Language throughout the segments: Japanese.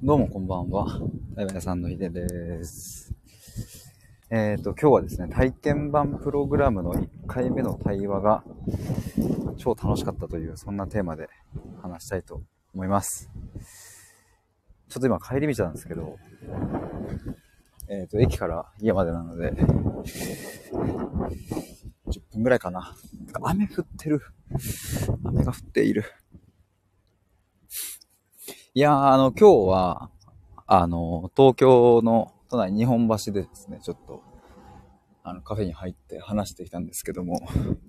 どうもこんばんは。対話屋さんのひでです。今日はですね、体験版プログラムの1回目の対話が超楽しかったという、そんなテーマで話したいと思います。ちょっと今帰り道なんですけど、駅から家までなので、10分ぐらいかな。雨降ってる。雨が降っている。いやー、今日は、東京の都内日本橋でですね、ちょっと、カフェに入って話してきたんですけども、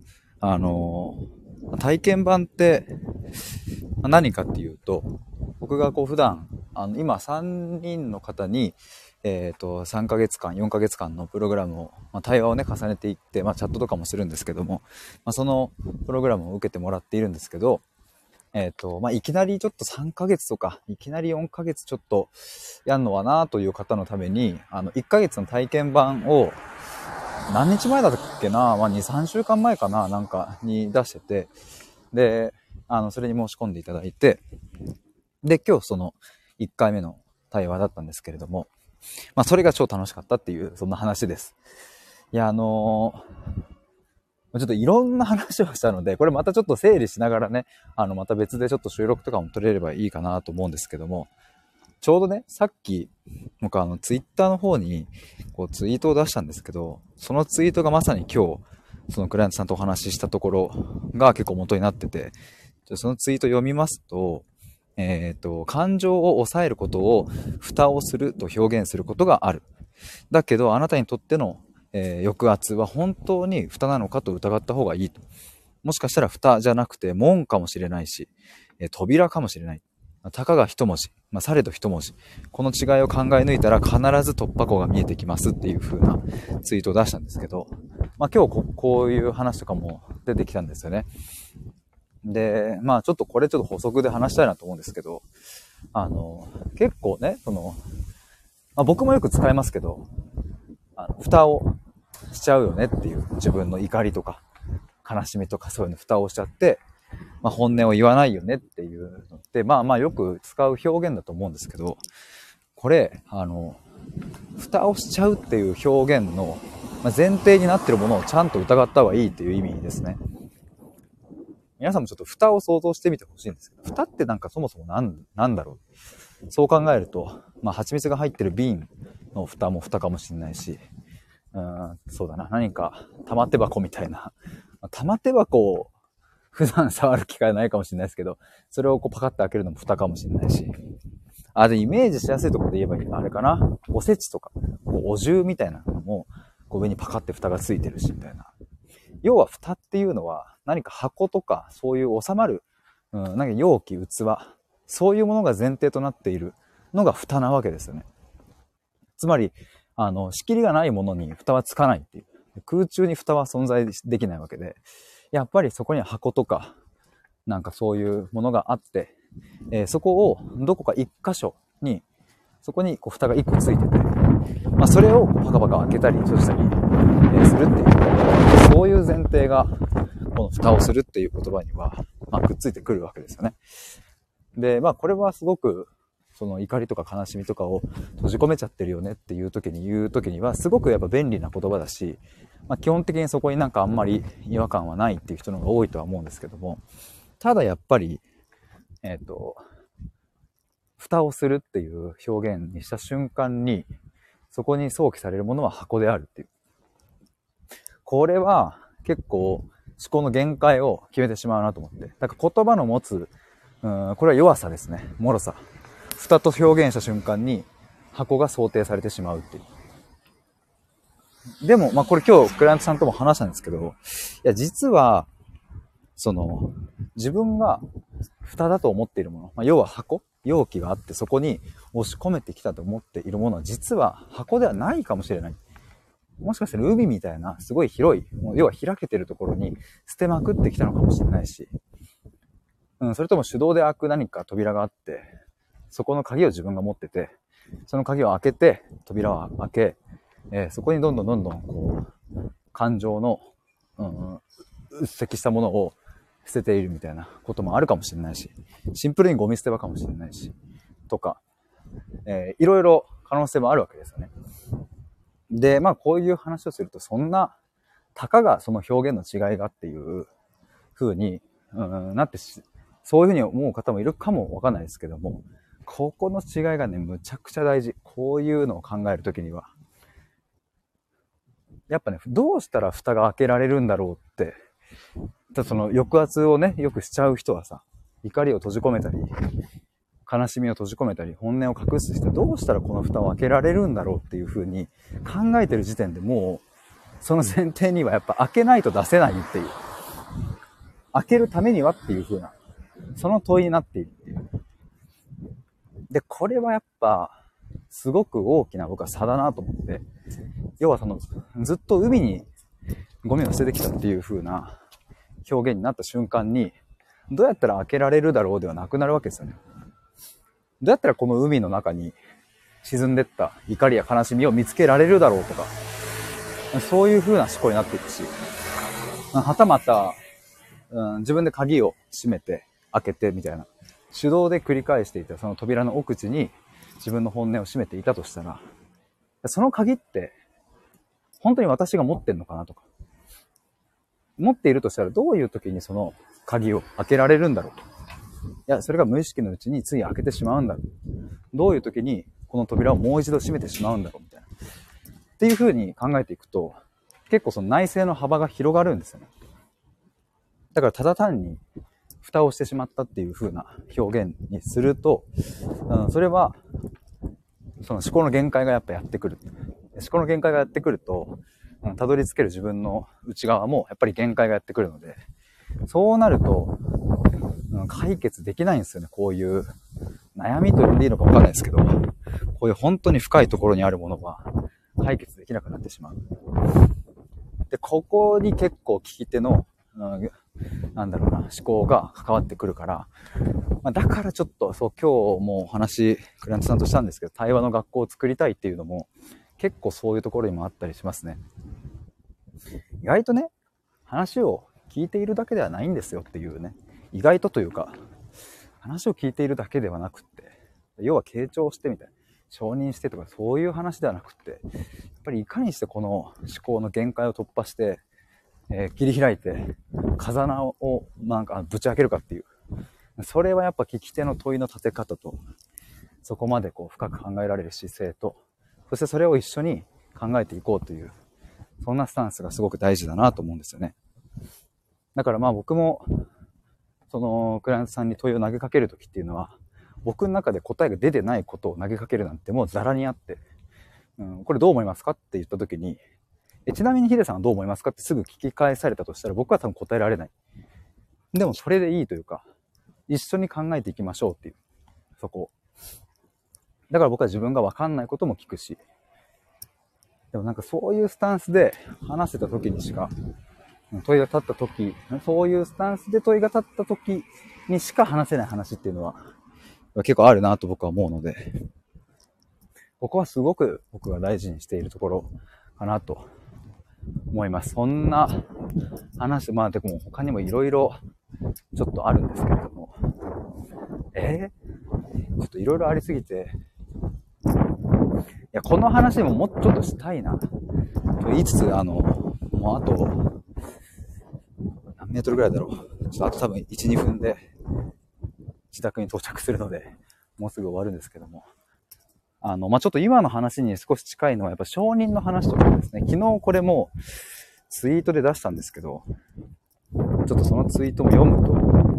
体験版って何かっていうと、僕がこう普段、今3人の方に、3ヶ月間、4ヶ月間のプログラムを、対話をね、重ねていって、チャットとかもするんですけども、そのプログラムを受けてもらっているんですけど、いきなりちょっと3ヶ月とか、いきなり4ヶ月ちょっとやんのはなという方のために、1ヶ月の体験版を、何日前だったっけな、2、3週間前かな、なんかに出してて、で、それに申し込んでいただいて、で、今日その1回目の対話だったんですけれども、それが超楽しかったっていう、そんな話です。いや、ちょっといろんな話をしたので、これまたちょっと整理しながらね、また別でちょっと収録とかも取れればいいかなと思うんですけども、ちょうどね、さっき、僕ツイッターの方に、こうツイートを出したんですけど、そのツイートがまさに今日、そのクライアントさんとお話ししたところが結構元になってて、そのツイート読みますと、感情を抑えることを蓋をすると表現することがある。だけど、あなたにとっての、抑圧は本当に蓋なのかと疑った方がいいと。もしかしたら蓋じゃなくて門かもしれないし、扉かもしれない。たかが一文字、されど一文字。この違いを考え抜いたら必ず突破口が見えてきますっていう風なツイートを出したんですけど、今日こういう話とかも出てきたんですよね。で、ちょっとこれちょっと補足で話したいなと思うんですけど、結構ね、僕もよく使いますけど、蓋をしちゃうよねっていう、自分の怒りとか悲しみとかそういうの蓋をしちゃって、本音を言わないよねっていうのって、よく使う表現だと思うんですけど、これ、蓋をしちゃうっていう表現の前提になっているものをちゃんと疑った方がいいっていう意味ですね。皆さんもちょっと蓋を想像してみてほしいんですけど、蓋ってなんかそもそもなんだろう。そう考えると、蜂蜜が入ってる瓶の蓋も蓋かもしれないし、そうだな、何か玉手箱みたいな、玉手箱を普段触る機会はないかもしれないですけど、それをこうパカッと開けるのも蓋かもしれないし。で、イメージしやすいところで言えばいい。あれかな、おせちとか、お重みたいなのも、こう上にパカッて蓋がついてるし、みたいな。要は蓋っていうのは、何か箱とか、そういう収まる、なんか容器、器、そういうものが前提となっているのが蓋なわけですよね。つまり、仕切りがないものに蓋はつかないっていう。空中に蓋は存在できないわけで、やっぱりそこには箱とか、なんかそういうものがあって、そこをどこか一箇所に、そこにこう蓋が一個ついてて、それをパカパカ開けたり閉じたり、するっていう、そういう前提が、この蓋をするっていう言葉には、くっついてくるわけですよね。で、これはすごく、その怒りとか悲しみとかを閉じ込めちゃってるよねっていう時には、すごくやっぱ便利な言葉だし、基本的にそこになんかあんまり違和感はないっていう人の方が多いとは思うんですけども、ただやっぱり、蓋をするっていう表現にした瞬間に、そこに想起されるものは箱であるっていう。これは結構思考の限界を決めてしまうなと思って。だから言葉の持つ、これは弱さですね。脆さ。蓋と表現した瞬間に箱が想定されてしまうっていう。でも、これ今日クライアントさんとも話したんですけど、いや、実は、自分が蓋だと思っているもの、要は箱、容器があってそこに押し込めてきたと思っているものは実は箱ではないかもしれない。もしかしたら海みたいなすごい広い、要は開けてるところに捨てまくってきたのかもしれないし、それとも手動で開く何か扉があって、そこの鍵を自分が持ってて、その鍵を開けて、扉を開け、そこにどんどんこう、感情の、うっせきしたものを捨てているみたいなこともあるかもしれないし、シンプルにゴミ捨て場かもしれないし、とか、 いろいろ可能性もあるわけですよね。で、こういう話をすると、そんな、たかがその表現の違いがっていう風に、なってそういう風に思う方もいるかもわかんないですけども、ここの違いがね、むちゃくちゃ大事。こういうのを考えるときには。やっぱね、どうしたら蓋が開けられるんだろうって、その抑圧をね、よくしちゃう人はさ、怒りを閉じ込めたり、悲しみを閉じ込めたり、本音を隠す人はどうしたらこの蓋を開けられるんだろうっていう風に考えてる時点でもう、その前提にはやっぱ開けないと出せないっていう。開けるためにはっていう風な、その問いになっているっていう。で、これはやっぱ、すごく大きな僕は差だなと思って、要はその、ずっと海にゴミを捨ててきたっていう風な表現になった瞬間に、どうやったら開けられるだろうではなくなるわけですよね。どうやったらこの海の中に沈んでった怒りや悲しみを見つけられるだろうとか、そういう風な思考になっていくし、はたまた、自分で鍵を閉めて開けてみたいな、手動で繰り返していたその扉の奥地に自分の本音を閉めていたとしたら、その鍵って本当に私が持ってんのかなとか、持っているとしたらどういう時にその鍵を開けられるんだろうと。いや、それが無意識のうちについ開けてしまうんだろう。どういう時にこの扉をもう一度閉めてしまうんだろうみたいな。っていう風に考えていくと、結構その内省の幅が広がるんですよね。だからただ単に蓋をしてしまったっていう風な表現にすると、それはその思考の限界がやっぱやってくる。思考の限界がやってくると、たどり着ける自分の内側もやっぱり限界がやってくるので、そうなると、解決できないんですよね。こういう悩みと呼んでいいのかわかんないですけど、こういう本当に深いところにあるものは解決できなくなってしまう。で、ここに結構聞き手の、思考が関わってくるから、だからちょっとそう今日もお話クライアントさんとしたんですけど、対話の学校を作りたいっていうのも結構そういうところにもあったりしますね。意外とね、話を聞いているだけではないんですよっていうね、意外とというか、話を聞いているだけではなくって、要は傾聴してみたいな、承認してとかそういう話ではなくって、やっぱりいかにしてこの思考の限界を突破して、切り開いて風穴をぶち開けるかっていう、それはやっぱ聞き手の問いの立て方と、そこまでこう深く考えられる姿勢と、そしてそれを一緒に考えていこうという、そんなスタンスがすごく大事だなと思うんですよね。だから僕もそのクライアントさんに問いを投げかけるときっていうのは、僕の中で答えが出てないことを投げかけるなんてもうザラにあって、これどう思いますかって言ったときに、ちなみにヒデさんはどう思いますかってすぐ聞き返されたとしたら、僕は多分答えられない。でもそれでいいというか、一緒に考えていきましょうっていう、そこ。だから僕は自分が分かんないことも聞くし、でもそういうスタンスで話せた時にしか、問いが立った時、そういうスタンスで問いが立った時にしか話せない話っていうのは結構あるなと僕は思うので、ここはすごく僕が大事にしているところかなと思います。そんな話、でも他にもいろいろちょっとあるんですけれども、ちょっといろいろありすぎて、いや、この話ももうちょっとしたいなと言いつつ、もうあと何メートルぐらいだろう。ちょっとあと多分1、2分で自宅に到着するので、もうすぐ終わるんですけども。ちょっと今の話に少し近いのはやっぱ承認の話とかですね。昨日これもツイートで出したんですけど、ちょっとそのツイートも読むと、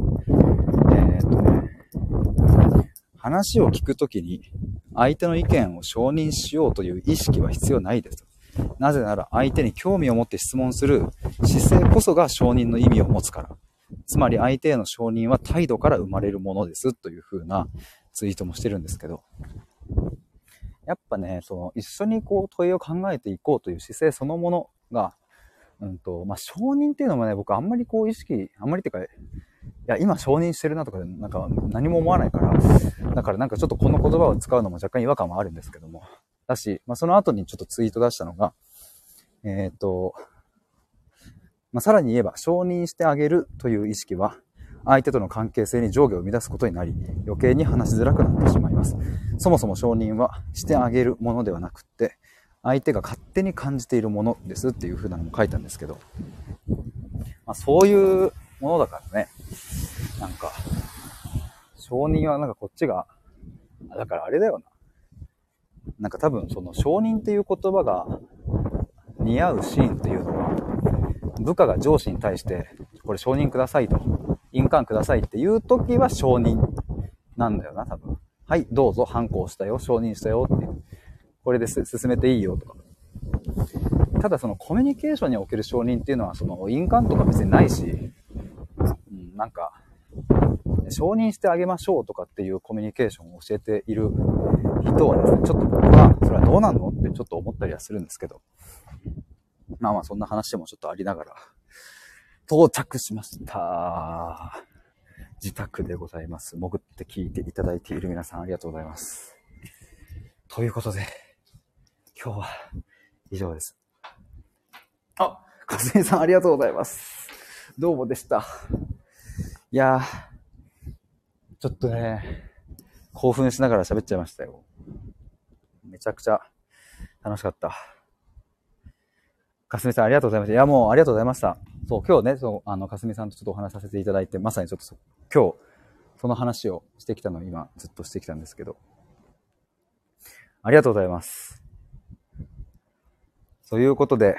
話を聞くときに相手の意見を承認しようという意識は必要ないです。なぜなら相手に興味を持って質問する姿勢こそが承認の意味を持つから。つまり相手への承認は態度から生まれるものですという風なツイートもしてるんですけど、やっぱね、一緒に問いを考えていこうという姿勢そのものが、承認っていうのもね、僕あんまり意識、あんまりっていうか、いや、今承認してるなとかで、何も思わないから、だからちょっとこの言葉を使うのも若干違和感はあるんですけども。だし、その後にちょっとツイート出したのが、さらに言えば、承認してあげるという意識は、相手との関係性に上下を乱すことになり、余計に話しづらくなってしまいます。 そもそも承認はしてあげるものではなくって、相手が勝手に感じているものですっていう風なのも書いたんですけど、そういうものだからね、なんか、承認はなんかこっちが、だからあれだよな。なんか多分その承認っていう言葉が似合うシーンっていうのは、部下が上司に対して、これ承認くださいと、印鑑くださいっていう時は承認なんだよな、多分。はい、どうぞ、反抗したよ、承認したよっていう。これで進めていいよとか。ただそのコミュニケーションにおける承認っていうのは、その印鑑とか別にないし、なんか、承認してあげましょうとかっていうコミュニケーションを教えている人はですね、ちょっと僕は、それはどうなんのってちょっと思ったりはするんですけど、そんな話もちょっとありながら、到着しました。自宅でございます。潜って聞いていただいている皆さんありがとうございます。ということで、今日は以上です。かすみさんありがとうございます。どうもでした。いやー、ちょっとね、興奮しながら喋っちゃいましたよ。めちゃくちゃ楽しかった。かすみさんありがとうございました。いや、もうありがとうございました。そう、今日ね、かすみさんとちょっとお話しさせていただいて、まさにちょっと今日、その話をしてきたのを今、ずっとしてきたんですけど。ありがとうございます。ということで、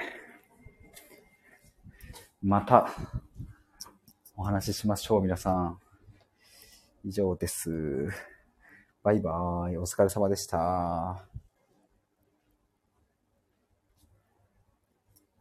また、お話ししましょう、皆さん。以上です。バイバーイ。お疲れ様でした。